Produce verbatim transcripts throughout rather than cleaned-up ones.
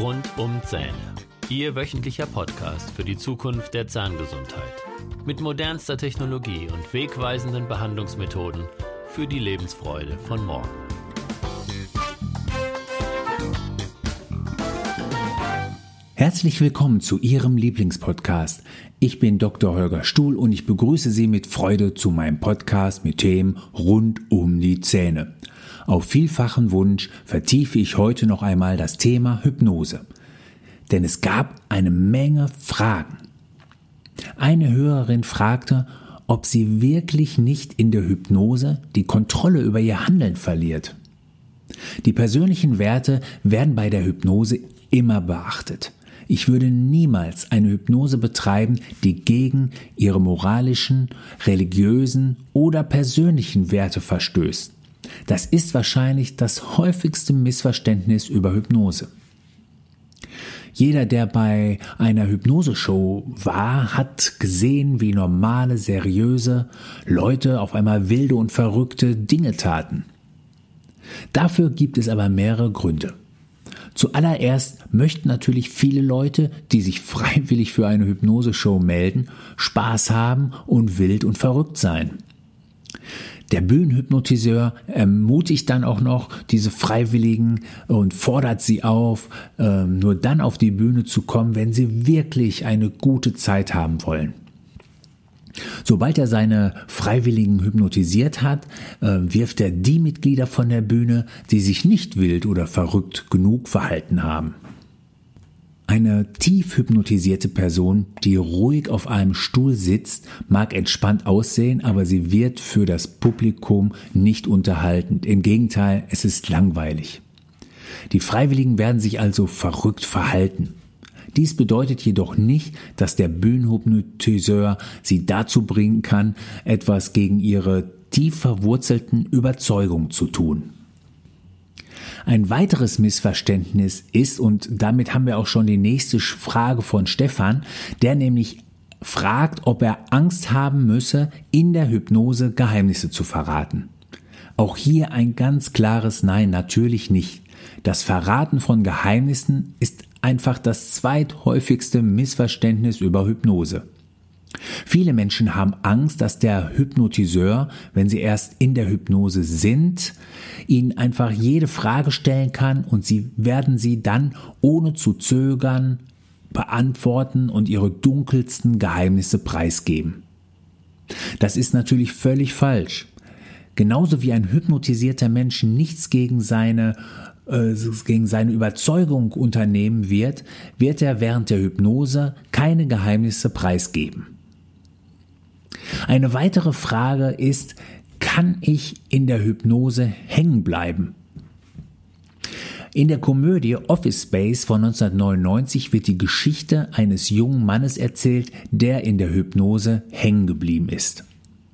Rund um Zähne. Ihr wöchentlicher Podcast für die Zukunft der Zahngesundheit. Mit modernster Technologie und wegweisenden Behandlungsmethoden für die Lebensfreude von morgen. Herzlich willkommen zu Ihrem Lieblingspodcast. Ich bin Doktor Holger Stuhl und ich begrüße Sie mit Freude zu meinem Podcast mit Themen rund um die Zähne. Auf vielfachen Wunsch vertiefe ich heute noch einmal das Thema Hypnose. Denn es gab eine Menge Fragen. Eine Hörerin fragte, ob sie wirklich nicht in der Hypnose die Kontrolle über ihr Handeln verliert. Die persönlichen Werte werden bei der Hypnose immer beachtet. Ich würde niemals eine Hypnose betreiben, die gegen ihre moralischen, religiösen oder persönlichen Werte verstößt. Das ist wahrscheinlich das häufigste Missverständnis über Hypnose. Jeder, der bei einer Hypnoseshow war, hat gesehen, wie normale, seriöse Leute auf einmal wilde und verrückte Dinge taten. Dafür gibt es aber mehrere Gründe. Zuallererst möchten natürlich viele Leute, die sich freiwillig für eine Hypnoseshow melden, Spaß haben und wild und verrückt sein. Der Bühnenhypnotiseur ermutigt dann auch noch diese Freiwilligen und fordert sie auf, äh, nur dann auf die Bühne zu kommen, wenn sie wirklich eine gute Zeit haben wollen. Sobald er seine Freiwilligen hypnotisiert hat, äh, wirft er die Mitglieder von der Bühne, die sich nicht wild oder verrückt genug verhalten haben. Eine tief hypnotisierte Person, die ruhig auf einem Stuhl sitzt, mag entspannt aussehen, aber sie wird für das Publikum nicht unterhaltend. Im Gegenteil, es ist langweilig. Die Freiwilligen werden sich also verrückt verhalten. Dies bedeutet jedoch nicht, dass der Bühnenhypnotiseur sie dazu bringen kann, etwas gegen ihre tief verwurzelten Überzeugungen zu tun. Ein weiteres Missverständnis ist, und damit haben wir auch schon die nächste Frage von Stefan, der nämlich fragt, ob er Angst haben müsse, in der Hypnose Geheimnisse zu verraten. Auch hier ein ganz klares Nein, natürlich nicht. Das Verraten von Geheimnissen ist einfach das zweithäufigste Missverständnis über Hypnose. Viele Menschen haben Angst, dass der Hypnotiseur, wenn sie erst in der Hypnose sind, ihnen einfach jede Frage stellen kann und sie werden sie dann ohne zu zögern beantworten und ihre dunkelsten Geheimnisse preisgeben. Das ist natürlich völlig falsch. Genauso wie ein hypnotisierter Mensch nichts gegen seine äh, gegen seine Überzeugung unternehmen wird, wird er während der Hypnose keine Geheimnisse preisgeben. Eine weitere Frage ist, kann ich in der Hypnose hängen bleiben? In der Komödie Office Space von neunzehnhundertneunundneunzig wird die Geschichte eines jungen Mannes erzählt, der in der Hypnose hängen geblieben ist.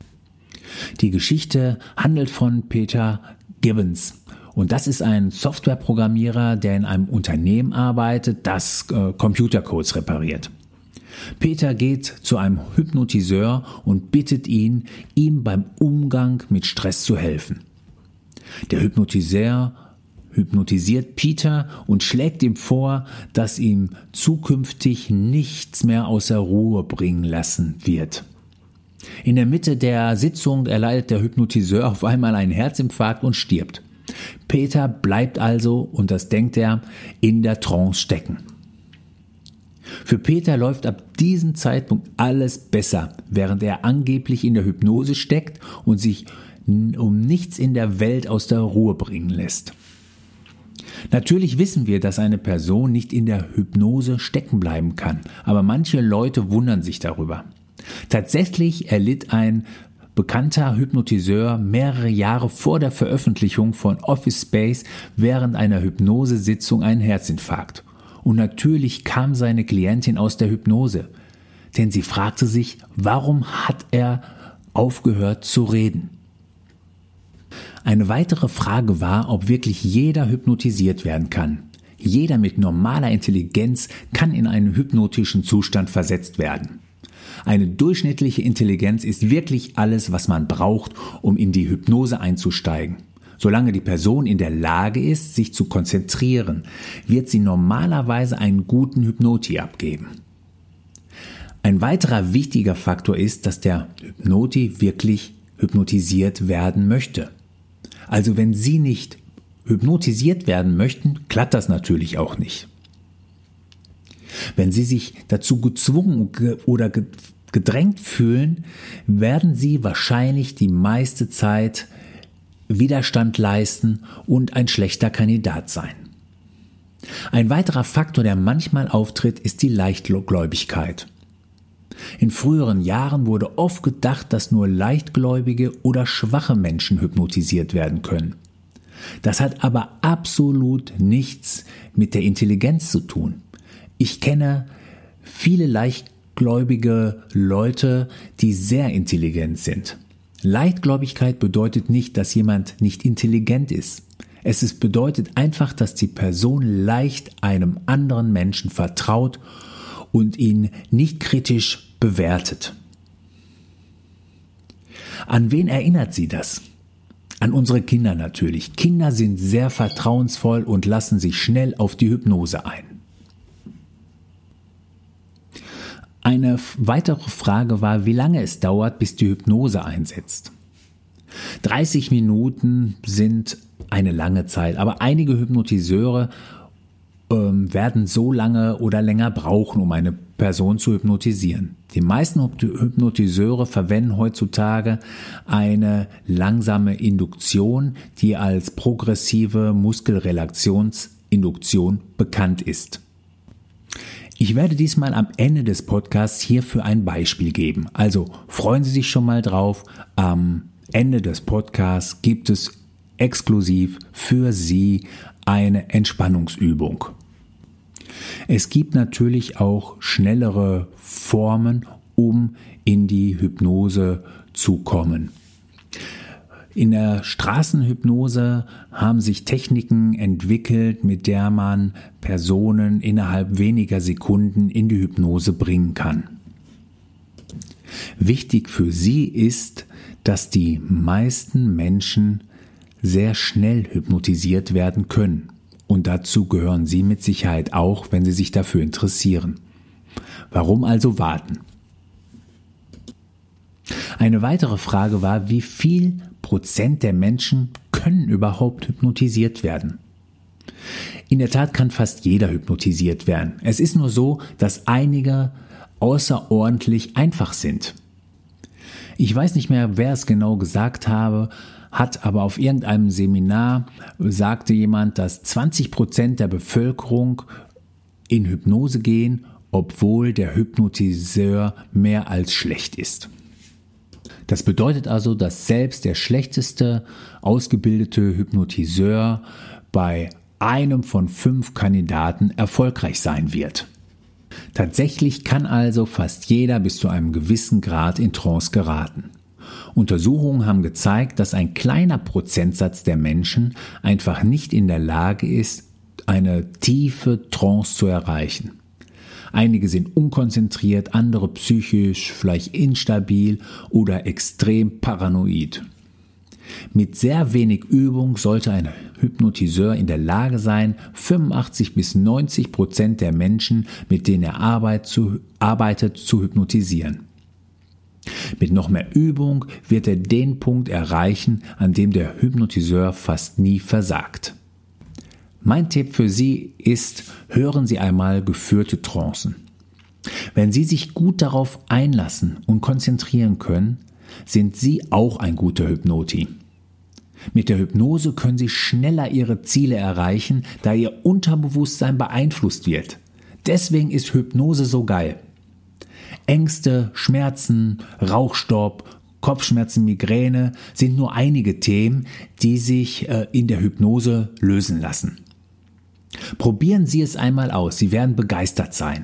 Die Geschichte handelt von Peter Gibbons. Und das ist ein Softwareprogrammierer, der in einem Unternehmen arbeitet, das äh, Computercodes repariert. Peter geht zu einem Hypnotiseur und bittet ihn, ihm beim Umgang mit Stress zu helfen. Der Hypnotiseur hypnotisiert Peter und schlägt ihm vor, dass ihm zukünftig nichts mehr außer Ruhe bringen lassen wird. In der Mitte der Sitzung erleidet der Hypnotiseur auf einmal einen Herzinfarkt und stirbt. Peter bleibt also, und das denkt er, in der Trance stecken. Für Peter läuft ab diesem Zeitpunkt alles besser, während er angeblich in der Hypnose steckt und sich um nichts in der Welt aus der Ruhe bringen lässt. Natürlich wissen wir, dass eine Person nicht in der Hypnose stecken bleiben kann, aber manche Leute wundern sich darüber. Tatsächlich erlitt ein bekannter Hypnotiseur mehrere Jahre vor der Veröffentlichung von Office Space während einer Hypnosesitzung einen Herzinfarkt. Und natürlich kam seine Klientin aus der Hypnose, denn sie fragte sich, warum hat er aufgehört zu reden? Eine weitere Frage war, ob wirklich jeder hypnotisiert werden kann. Jeder mit normaler Intelligenz kann in einen hypnotischen Zustand versetzt werden. Eine durchschnittliche Intelligenz ist wirklich alles, was man braucht, um in die Hypnose einzusteigen. Solange die Person in der Lage ist, sich zu konzentrieren, wird sie normalerweise einen guten Hypnoti abgeben. Ein weiterer wichtiger Faktor ist, dass der Hypnoti wirklich hypnotisiert werden möchte. Also wenn Sie nicht hypnotisiert werden möchten, klappt das natürlich auch nicht. Wenn Sie sich dazu gezwungen oder gedrängt fühlen, werden Sie wahrscheinlich die meiste Zeit Widerstand leisten und ein schlechter Kandidat sein. Ein weiterer Faktor, der manchmal auftritt, ist die Leichtgläubigkeit. In früheren Jahren wurde oft gedacht, dass nur leichtgläubige oder schwache Menschen hypnotisiert werden können. Das hat aber absolut nichts mit der Intelligenz zu tun. Ich kenne viele leichtgläubige Leute, die sehr intelligent sind. Leichtgläubigkeit bedeutet nicht, dass jemand nicht intelligent ist. Es ist, bedeutet einfach, dass die Person leicht einem anderen Menschen vertraut und ihn nicht kritisch bewertet. An wen erinnert Sie das? An unsere Kinder natürlich. Kinder sind sehr vertrauensvoll und lassen sich schnell auf die Hypnose ein. Eine weitere Frage war, wie lange es dauert, bis die Hypnose einsetzt. dreißig Minuten sind eine lange Zeit, aber einige Hypnotiseure ähm, werden so lange oder länger brauchen, um eine Person zu hypnotisieren. Die meisten Hypnotiseure verwenden heutzutage eine langsame Induktion, die als progressive Muskelrelaxationsinduktion bekannt ist. Ich werde diesmal am Ende des Podcasts hierfür ein Beispiel geben. Also freuen Sie sich schon mal drauf. Am Ende des Podcasts gibt es exklusiv für Sie eine Entspannungsübung. Es gibt natürlich auch schnellere Formen, um in die Hypnose zu kommen. In der Straßenhypnose haben sich Techniken entwickelt, mit der man Personen innerhalb weniger Sekunden in die Hypnose bringen kann. Wichtig für Sie ist, dass die meisten Menschen sehr schnell hypnotisiert werden können. Und dazu gehören Sie mit Sicherheit auch, wenn Sie sich dafür interessieren. Warum also warten? Eine weitere Frage war, wie viel Prozent der Menschen können überhaupt hypnotisiert werden? In der Tat kann fast jeder hypnotisiert werden. Es ist nur so, dass einige außerordentlich einfach sind. Ich weiß nicht mehr, wer es genau gesagt habe, hat aber auf irgendeinem Seminar sagte jemand, dass zwanzig Prozent der Bevölkerung in Hypnose gehen, obwohl der Hypnotiseur mehr als schlecht ist. Das bedeutet also, dass selbst der schlechteste ausgebildete Hypnotiseur bei einem von fünf Kandidaten erfolgreich sein wird. Tatsächlich kann also fast jeder bis zu einem gewissen Grad in Trance geraten. Untersuchungen haben gezeigt, dass ein kleiner Prozentsatz der Menschen einfach nicht in der Lage ist, eine tiefe Trance zu erreichen. Einige sind unkonzentriert, andere psychisch, vielleicht instabil oder extrem paranoid. Mit sehr wenig Übung sollte ein Hypnotiseur in der Lage sein, fünfundachtzig bis neunzig Prozent der Menschen, mit denen er arbeit, zu, arbeitet, zu hypnotisieren. Mit noch mehr Übung wird er den Punkt erreichen, an dem der Hypnotiseur fast nie versagt. Mein Tipp für Sie ist, hören Sie einmal geführte Trancen. Wenn Sie sich gut darauf einlassen und konzentrieren können, sind Sie auch ein guter Hypnoti. Mit der Hypnose können Sie schneller Ihre Ziele erreichen, da Ihr Unterbewusstsein beeinflusst wird. Deswegen ist Hypnose so geil. Ängste, Schmerzen, Rauchstopp, Kopfschmerzen, Migräne sind nur einige Themen, die sich äh, in der Hypnose lösen lassen. Probieren Sie es einmal aus, Sie werden begeistert sein.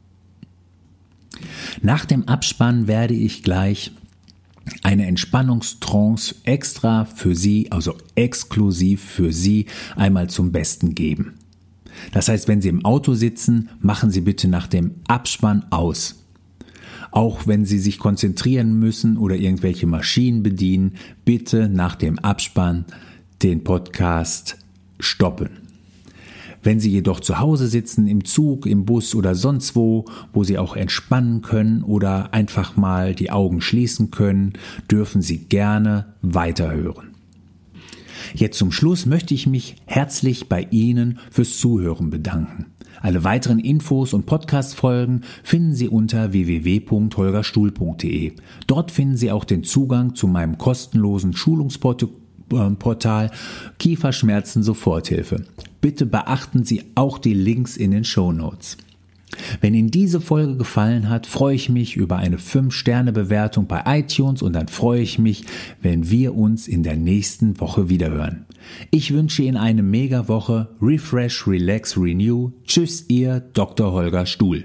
Nach dem Abspann werde ich gleich eine Entspannungstrance extra für Sie, also exklusiv für Sie, einmal zum Besten geben. Das heißt, wenn Sie im Auto sitzen, machen Sie bitte nach dem Abspann aus. Auch wenn Sie sich konzentrieren müssen oder irgendwelche Maschinen bedienen, bitte nach dem Abspann den Podcast stoppen. Wenn Sie jedoch zu Hause sitzen, im Zug, im Bus oder sonst wo, wo Sie auch entspannen können oder einfach mal die Augen schließen können, dürfen Sie gerne weiterhören. Jetzt zum Schluss möchte ich mich herzlich bei Ihnen fürs Zuhören bedanken. Alle weiteren Infos und Podcast-Folgen finden Sie unter w w w punkt holger stuhl punkt d e. Dort finden Sie auch den Zugang zu meinem kostenlosen Schulungsportal Kieferschmerzen Soforthilfe. Bitte beachten Sie auch die Links in den Shownotes. Wenn Ihnen diese Folge gefallen hat, freue ich mich über eine fünf Sterne Bewertung bei iTunes und dann freue ich mich, wenn wir uns in der nächsten Woche wiederhören. Ich wünsche Ihnen eine mega Woche. Refresh, Relax, Renew. Tschüss, Ihr Doktor Holger Stuhl.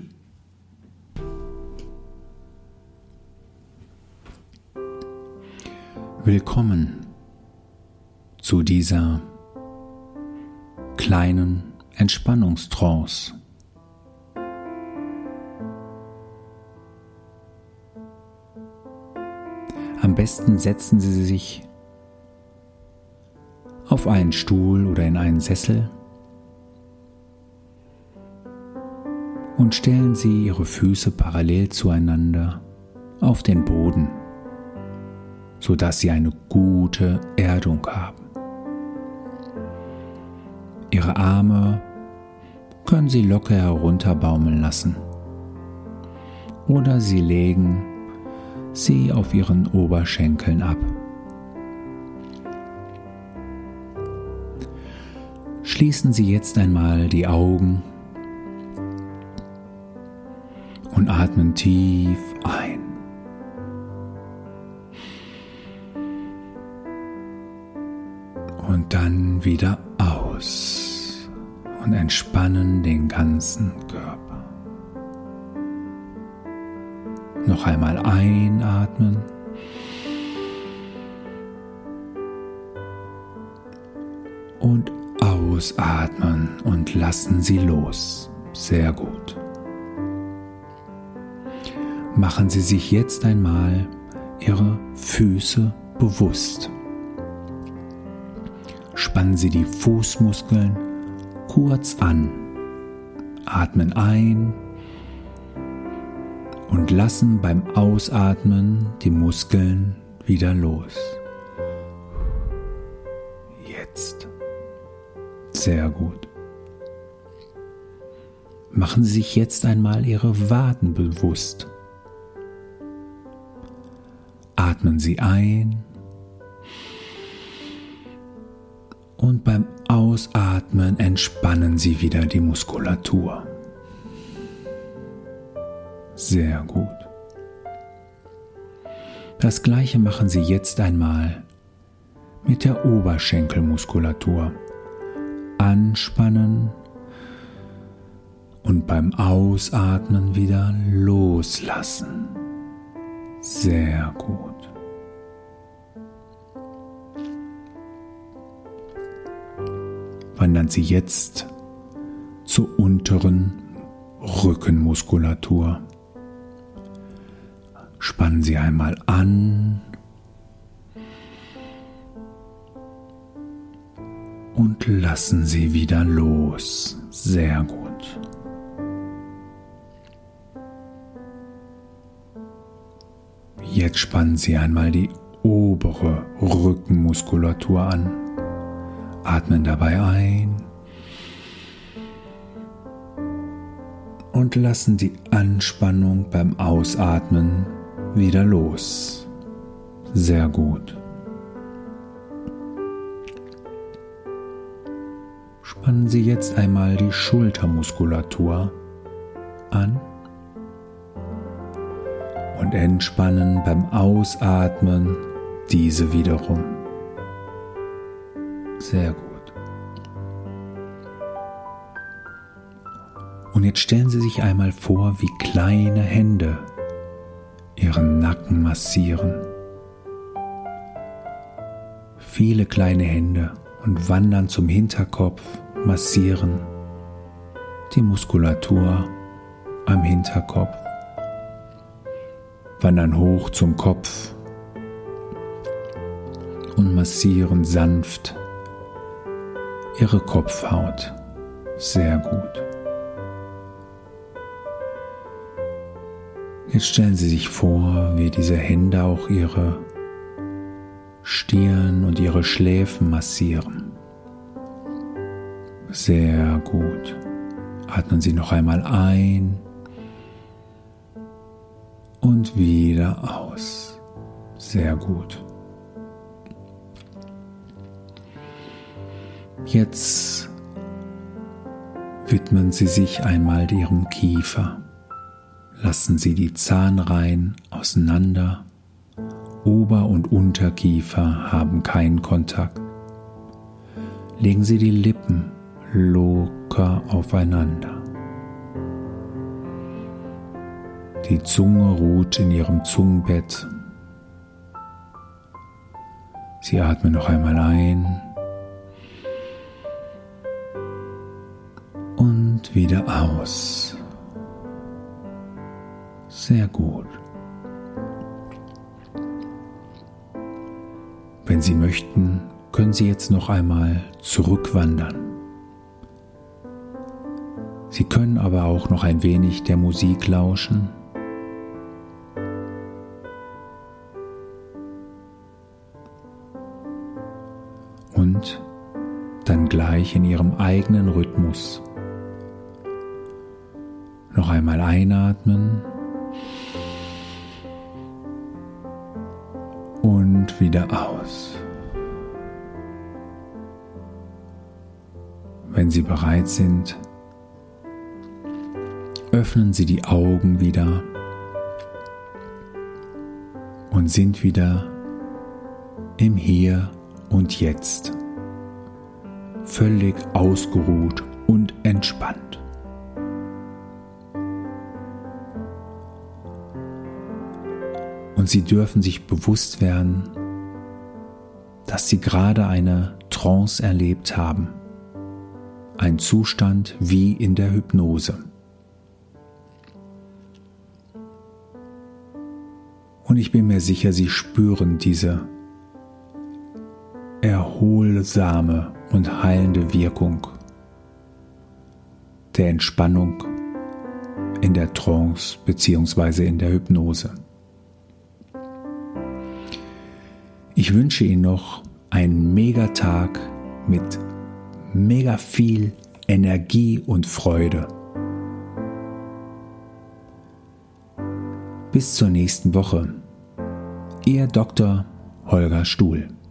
Willkommen zu dieser kleinen Entspannungstrance. Am besten setzen Sie sich auf einen Stuhl oder in einen Sessel und stellen Sie Ihre Füße parallel zueinander auf den Boden, sodass Sie eine gute Erdung haben. Ihre Arme können Sie locker herunterbaumeln lassen oder Sie legen sie auf Ihren Oberschenkeln ab. Schließen Sie jetzt einmal die Augen und atmen tief ein. Und dann wieder aus und entspannen den ganzen Körper. Noch einmal einatmen und ausatmen und lassen Sie los. Sehr gut. Machen Sie sich jetzt einmal Ihre Füße bewusst. Spannen Sie die Fußmuskeln kurz an. Atmen ein und lassen beim Ausatmen die Muskeln wieder los. Jetzt. Sehr gut. Machen Sie sich jetzt einmal Ihre Waden bewusst. Atmen Sie ein und beim Ausatmen entspannen Sie wieder die Muskulatur. Sehr gut. Das Gleiche machen Sie jetzt einmal mit der Oberschenkelmuskulatur. Anspannen und beim Ausatmen wieder loslassen. Sehr gut. Wandern Sie jetzt zur unteren Rückenmuskulatur. Spannen Sie einmal an und lassen Sie wieder los. Sehr gut. Jetzt spannen Sie einmal die obere Rückenmuskulatur an. Atmen dabei ein und lassen die Anspannung beim Ausatmen wieder los. Sehr gut. Spannen Sie jetzt einmal die Schultermuskulatur an und entspannen beim Ausatmen diese wiederum. Sehr gut. Und jetzt stellen Sie sich einmal vor, wie kleine Hände Ihren Nacken massieren. Viele kleine Hände und wandern zum Hinterkopf, massieren die Muskulatur am Hinterkopf, wandern hoch zum Kopf und massieren sanft Ihre Kopfhaut. Sehr gut. Jetzt stellen Sie sich vor, wie diese Hände auch Ihre Stirn und Ihre Schläfen massieren. Sehr gut. Atmen Sie noch einmal ein und wieder aus. Sehr gut. Jetzt widmen Sie sich einmal Ihrem Kiefer. Lassen Sie die Zahnreihen auseinander. Ober- und Unterkiefer haben keinen Kontakt. Legen Sie die Lippen locker aufeinander. Die Zunge ruht in Ihrem Zungenbett. Sie atmen noch einmal ein und wieder aus. Sehr gut. Wenn Sie möchten, können Sie jetzt noch einmal zurückwandern. Sie können aber auch noch ein wenig der Musik lauschen. Und dann gleich in Ihrem eigenen Rhythmus noch einmal einatmen und wieder aus. Wenn Sie bereit sind, öffnen Sie die Augen wieder und sind wieder im Hier und Jetzt, völlig ausgeruht und entspannt. Und Sie dürfen sich bewusst werden, dass Sie gerade eine Trance erlebt haben, ein Zustand wie in der Hypnose. Und ich bin mir sicher, Sie spüren diese erholsame und heilende Wirkung der Entspannung in der Trance bzw. in der Hypnose. Ich wünsche Ihnen noch einen Megatag mit mega viel Energie und Freude. Bis zur nächsten Woche. Ihr Doktor Holger Stuhl.